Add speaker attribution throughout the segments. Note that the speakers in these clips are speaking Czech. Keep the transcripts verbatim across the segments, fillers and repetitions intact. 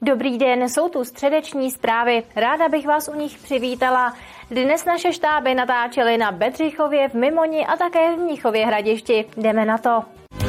Speaker 1: Dobrý den, jsou tu středeční zprávy. Ráda bych vás u nich přivítala. Dnes naše štáby natáčely na Bedřichově, v Mimoni a také v Mnichově Hradišti. Jdeme na to.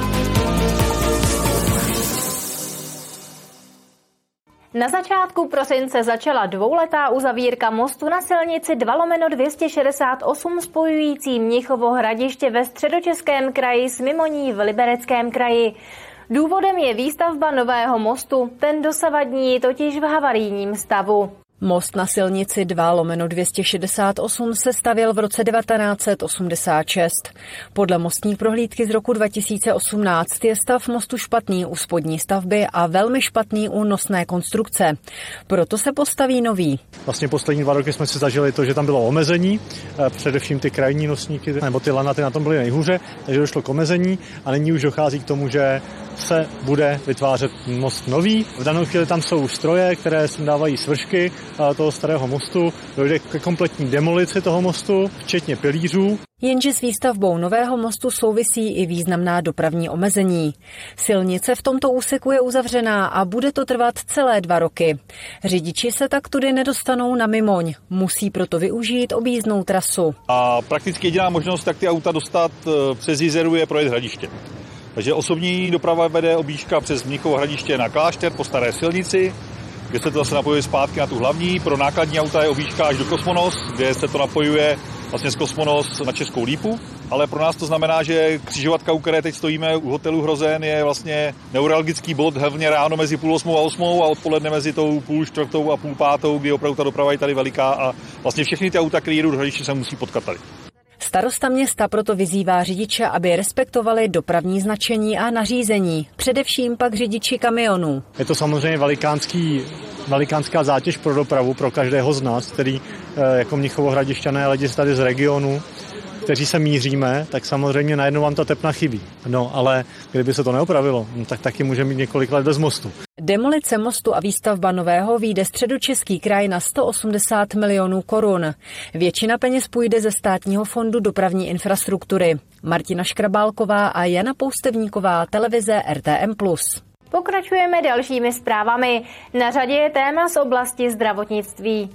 Speaker 1: Na začátku prosince začala dvouletá uzavírka mostu na silnici dva lomeno dvě stě šedesát osm spojující Mnichovo Hradiště ve Středočeském kraji s Mimoní v Libereckém kraji. Důvodem je výstavba nového mostu, ten dosavadní je totiž v havarijním stavu.
Speaker 2: Most na silnici dva lomeno dvě stě šedesát osm se stavěl v roce devatenáct set osmdesát šest. Podle mostní prohlídky z roku dva tisíce osmnáct je stav mostu špatný u spodní stavby a velmi špatný u nosné konstrukce. Proto se postaví nový.
Speaker 3: Vlastně poslední dva roky jsme si zažili to, že tam bylo omezení, především ty krajní nosníky nebo ty lanaty na tom byly nejhůře, takže došlo k omezení a nyní už dochází k tomu, že se bude vytvářet most nový. V danou chvíli tam jsou stroje, které sem dávají svršky toho starého mostu. Dojde ke kompletní demolici toho mostu, včetně pilířů.
Speaker 2: Jenže s výstavbou nového mostu souvisí i významná dopravní omezení. Silnice v tomto úseku je uzavřená a bude to trvat celé dva roky. Řidiči se tak tudy nedostanou na Mimoň. Musí proto využít objízdnou trasu.
Speaker 4: A prakticky jediná možnost, jak ty auta dostat přes Jizeru, je projet Hradiště. Takže osobní doprava vede objížďka přes Mnichovo Hradiště na Klášter po staré silnici, kde se to zase napojuje zpátky na tu hlavní. Pro nákladní auta je objížďka až do Kosmonos, kde se to napojuje vlastně z Kosmonos na Českou Lípu. Ale pro nás to znamená, že křižovatka, u které teď stojíme u hotelu Hrozen, je vlastně neuralgický bod hlavně ráno mezi půl osmou a osmou a odpoledne mezi tou půl čtvrtou a půl pátou, kdy opravdu ta doprava je tady veliká a vlastně všechny ty auta, které jdou do Hradiště, se musí potkat tady.
Speaker 2: Starosta města proto vyzývá řidiče, aby respektovali dopravní značení a nařízení, především pak řidiči kamionů.
Speaker 3: Je to samozřejmě velikánský, velikánská zátěž pro dopravu, pro každého z nás, který jako Mnichovo Hradišťané, lidi tady z regionu, kteří se míříme, tak samozřejmě najednou vám ta tepna chybí. No, ale kdyby se to neopravilo, tak taky může mít několik let bez mostu.
Speaker 2: Demolice mostu a výstavba nového vyjde Středočeský kraj na sto osmdesát milionů korun. Většina peněz půjde ze Státního fondu dopravní infrastruktury. Martina Škrabálková a Jana Poustevníková, televize R T M plus.
Speaker 1: Pokračujeme dalšími zprávami. Na řadě je téma z oblasti zdravotnictví.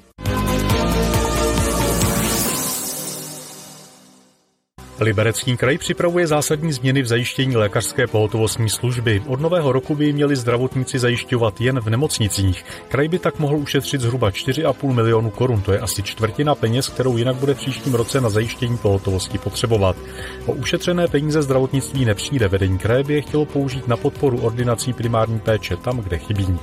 Speaker 5: Liberecký kraj připravuje zásadní změny v zajištění lékařské pohotovostní služby. Od nového roku by měli zdravotníci zajišťovat jen v nemocnicích. Kraj by tak mohl ušetřit zhruba čtyři a půl milionu korun, to je asi čtvrtina peněz, kterou jinak bude v příštím roce na zajištění pohotovosti potřebovat. O ušetřené peníze zdravotnictví nepřijde, vedení kraje by je chtělo použít na podporu ordinací primární péče tam, kde chybí.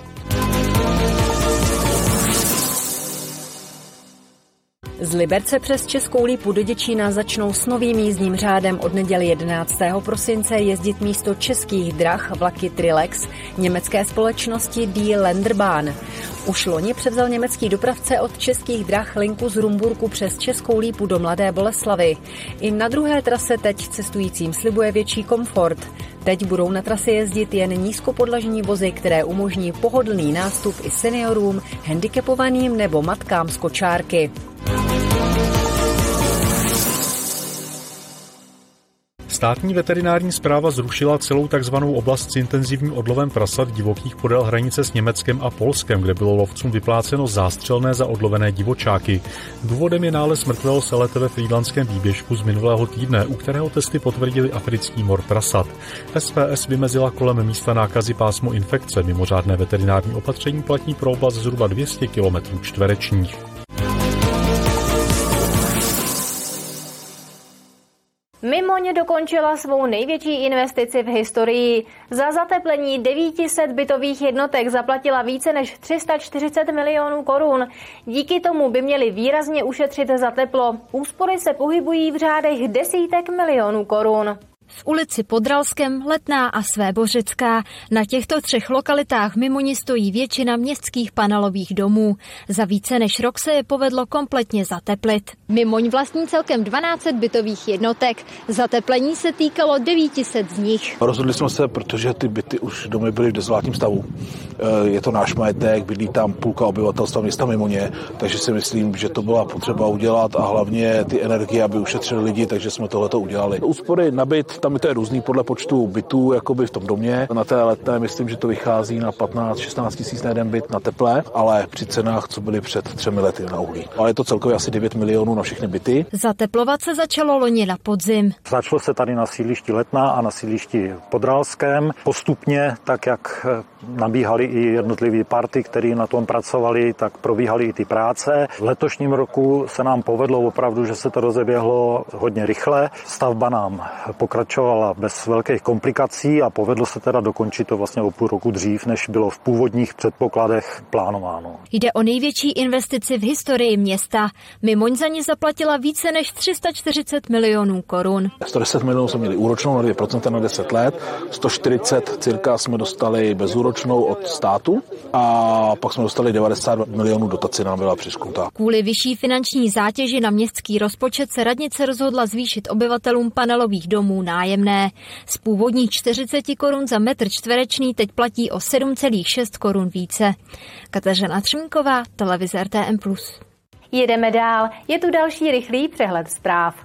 Speaker 2: Z Liberce přes Českou Lípu do Děčína začnou s novým jízdním řádem od neděli jedenáctého prosince jezdit místo Českých drah vlaky Trilex německé společnosti Die Länderbahn. Už loni převzal německý dopravce od Českých drah linku z Rumburku přes Českou Lípu do Mladé Boleslavi. I na druhé trase teď cestujícím slibuje větší komfort. Teď budou na trase jezdit jen nízkopodlažní vozy, které umožní pohodlný nástup i seniorům, handicapovaným nebo matkám z kočárky.
Speaker 5: Státní veterinární správa zrušila celou takzvanou oblast s intenzivním odlovem prasat divokých podél hranice s Německem a Polskem, kde bylo lovcům vypláceno zástřelné za odlovené divočáky. Důvodem je nález mrtvého selete ve frýdlantském výběžku z minulého týdne, u kterého testy potvrdili africký mor prasat. S V S vymezila kolem místa nákazy pásmo infekce. Mimořádné veterinární opatření platí pro oblast zhruba dvě stě kilometrů čtverečních.
Speaker 1: Mimoň dokončila svou největší investici v historii. Za zateplení devět set bytových jednotek zaplatila více než tři sta čtyřicet milionů korun. Díky tomu by měli výrazně ušetřit za teplo. Úspory se pohybují v řádech desítek milionů korun.
Speaker 6: V ulici Podralském, Letná a Svébořecká. Na těchto třech lokalitách v Mimoni stojí většina městských panelových domů. Za více než rok se je povedlo kompletně zateplit. Mimoň vlastní celkem dvanáct set bytových jednotek. Zateplení se týkalo devět set z nich.
Speaker 7: Rozhodli jsme se, protože ty byty už domy byly v dezolátním stavu. Je to náš majetek, bydlí tam půlka obyvatelstva města Mimoně, takže si myslím, že to byla potřeba udělat a hlavně ty energie, aby ušetřili lidi, takže jsme tohleto udělali. Úspory na byt tam je to různý podle počtu bytů jakoby v tom domě. Na té Letné myslím, že to vychází na patnáct šestnáct tisíc na jeden byt na teple, ale při cenách, co byly před třemi lety na uhlí. Ale je to celkově asi devět milionů na všechny byty.
Speaker 6: Zateplovat se začalo loni na podzim.
Speaker 8: Začalo se tady na sídlišti Letná a na sídlišti Podralském. Postupně, tak jak nabíhaly i jednotlivé party, které na tom pracovali, tak probíhaly i ty práce. V letošním roku se nám povedlo opravdu, že se to rozeběhlo hodně rychle. Stavba nám pokračovala bez velkých komplikací a povedlo se teda dokončit to vlastně o půl roku dřív, než bylo v původních předpokladech plánováno.
Speaker 6: Jde o největší investici v historii města. Mimoň za ní zaplatila více než tři sta čtyřicet milionů korun.
Speaker 7: sto deset milionů jsme měli úročnou na dvě procenta na deset let, sto čtyřicet cirka jsme dostali bezúročnou od státu a pak jsme dostali devadesát milionů dotaci nám byla přišknutá.
Speaker 6: Kvůli vyšší finanční zátěži na městský rozpočet se radnice rozhodla zvýšit obyvatelům panelových domů nájemné. Z původních čtyřicet korun za metr čtvereční teď platí o sedm celá šest korun více. Kateřina Třmínková, televize R T M plus.
Speaker 1: Jedeme dál, je tu další rychlý přehled zpráv.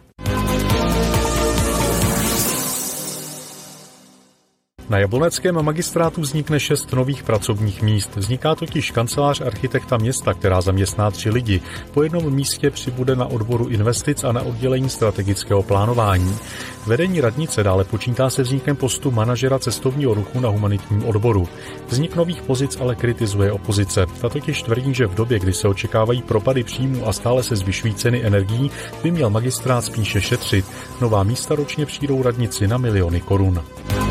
Speaker 5: Na Jabloneckém magistrátu vznikne šest nových pracovních míst. Vzniká totiž kancelář architekta města, která zaměstná tři lidi. Po jednom místě přibude na odboru investic a na oddělení strategického plánování. Vedení radnice dále počítá se vznikem postu manažera cestovního ruchu na humanitním odboru. Vznik nových pozic ale kritizuje opozice. Ta totiž tvrdí, že v době, kdy se očekávají propady příjmů a stále se zvyšují ceny energií, by měl magistrát spíše šetřit. Nová místa ročně přijdou radnici na miliony korun.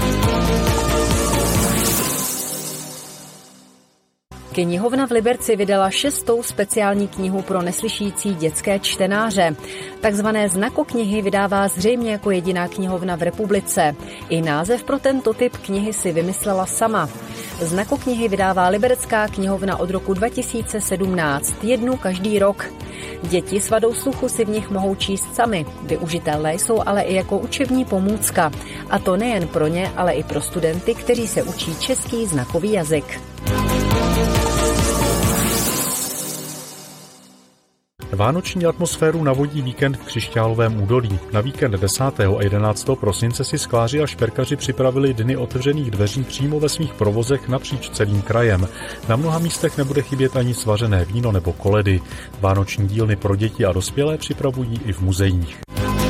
Speaker 2: Knihovna v Liberci vydala šestou speciální knihu pro neslyšící dětské čtenáře. Takzvané znakoknihy vydává zřejmě jako jediná knihovna v republice. I název pro tento typ knihy si vymyslela sama. Znakoknihy vydává Liberecká knihovna od roku dva tisíce sedmnáct, jednu každý rok. Děti s vadou sluchu si v nich mohou číst sami. Využitelné jsou ale i jako učební pomůcka. A to nejen pro ně, ale i pro studenty, kteří se učí český znakový jazyk.
Speaker 5: Vánoční atmosféru navodí víkend v Křišťálovém údolí. Na víkend desátého a jedenáctého prosince si skláři a šperkaři připravili dny otevřených dveří přímo ve svých provozech napříč celým krajem. Na mnoha místech nebude chybět ani svařené víno nebo koledy. Vánoční dílny pro děti a dospělé připravují i v muzeích.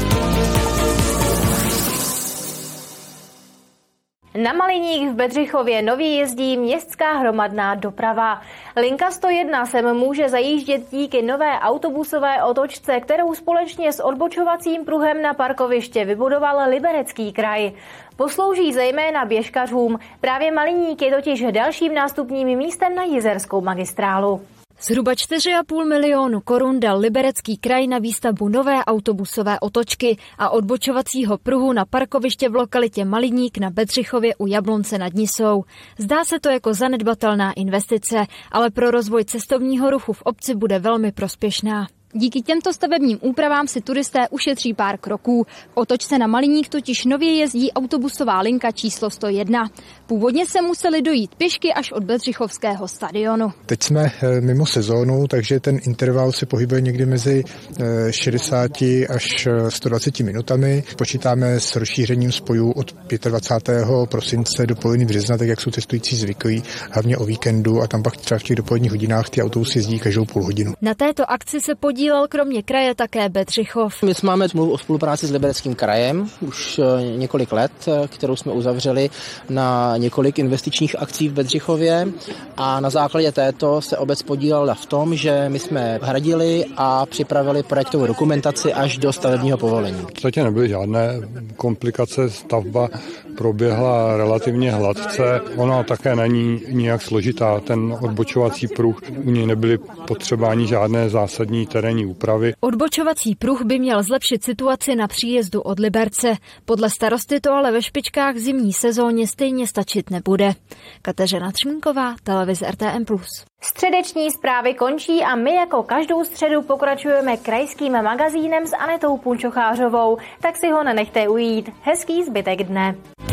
Speaker 1: Na Maliník v Bedřichově nově jezdí městská hromadná doprava. Linka sto jedna sem může zajíždět díky nové autobusové otočce, kterou společně s odbočovacím pruhem na parkoviště vybudoval Liberecký kraj. Poslouží zejména běžkařům. Právě Maliník je totiž dalším nástupním místem na Jizerskou magistrálu.
Speaker 6: Zhruba čtyři a půl milionu korun dal Liberecký kraj na výstavbu nové autobusové otočky a odbočovacího pruhu na parkoviště v lokalitě Maliník na Bedřichově u Jablonce nad Nisou. Zdá se to jako zanedbatelná investice, ale pro rozvoj cestovního ruchu v obci bude velmi prospěšná.
Speaker 9: Díky těmto stavebním úpravám si turisté ušetří pár kroků. V otočce na Maliník totiž nově jezdí autobusová linka číslo sto jedna. Původně se museli dojít pěšky až od Bedřichovského stadionu.
Speaker 10: Teď jsme mimo sezónu, takže ten interval se pohybuje někdy mezi šedesáti až sto dvaceti minutami. Počítáme s rozšířením spojů od dvacátého pátého prosince do poloviny března, tak jak jsou cestující zvyklí, hlavně o víkendu, a tam pak třeba v těch dopoledních hodinách ty autobusy jezdí každou půl hodinu.
Speaker 6: Na této akci se podílí Podílel kromě kraje také Bedřichov.
Speaker 11: My máme smlouvu o spolupráci s Libereckým krajem už několik let, kterou jsme uzavřeli na několik investičních akcí v Bedřichově, a na základě této se obec podílela v tom, že my jsme hradili a připravili projektovou dokumentaci až do stavebního povolení.
Speaker 12: V podstatě nebyly žádné komplikace, stavba proběhla relativně hladce. Ona také není nijak složitá. Ten odbočovací pruh, u něj nebyly potřeba ani žádné zásadní terénní úpravy.
Speaker 6: Odbočovací pruh by měl zlepšit situaci na příjezdu od Liberce. Podle starosty to ale ve špičkách v zimní sezóně stejně stačit nebude. Kateřina Třmínková, televize R T M plus.
Speaker 1: Středeční zprávy končí a my jako každou středu pokračujeme krajským magazínem s Anetou Punčochářovou. Tak si ho nenechte ujít. Hezký zbytek dne.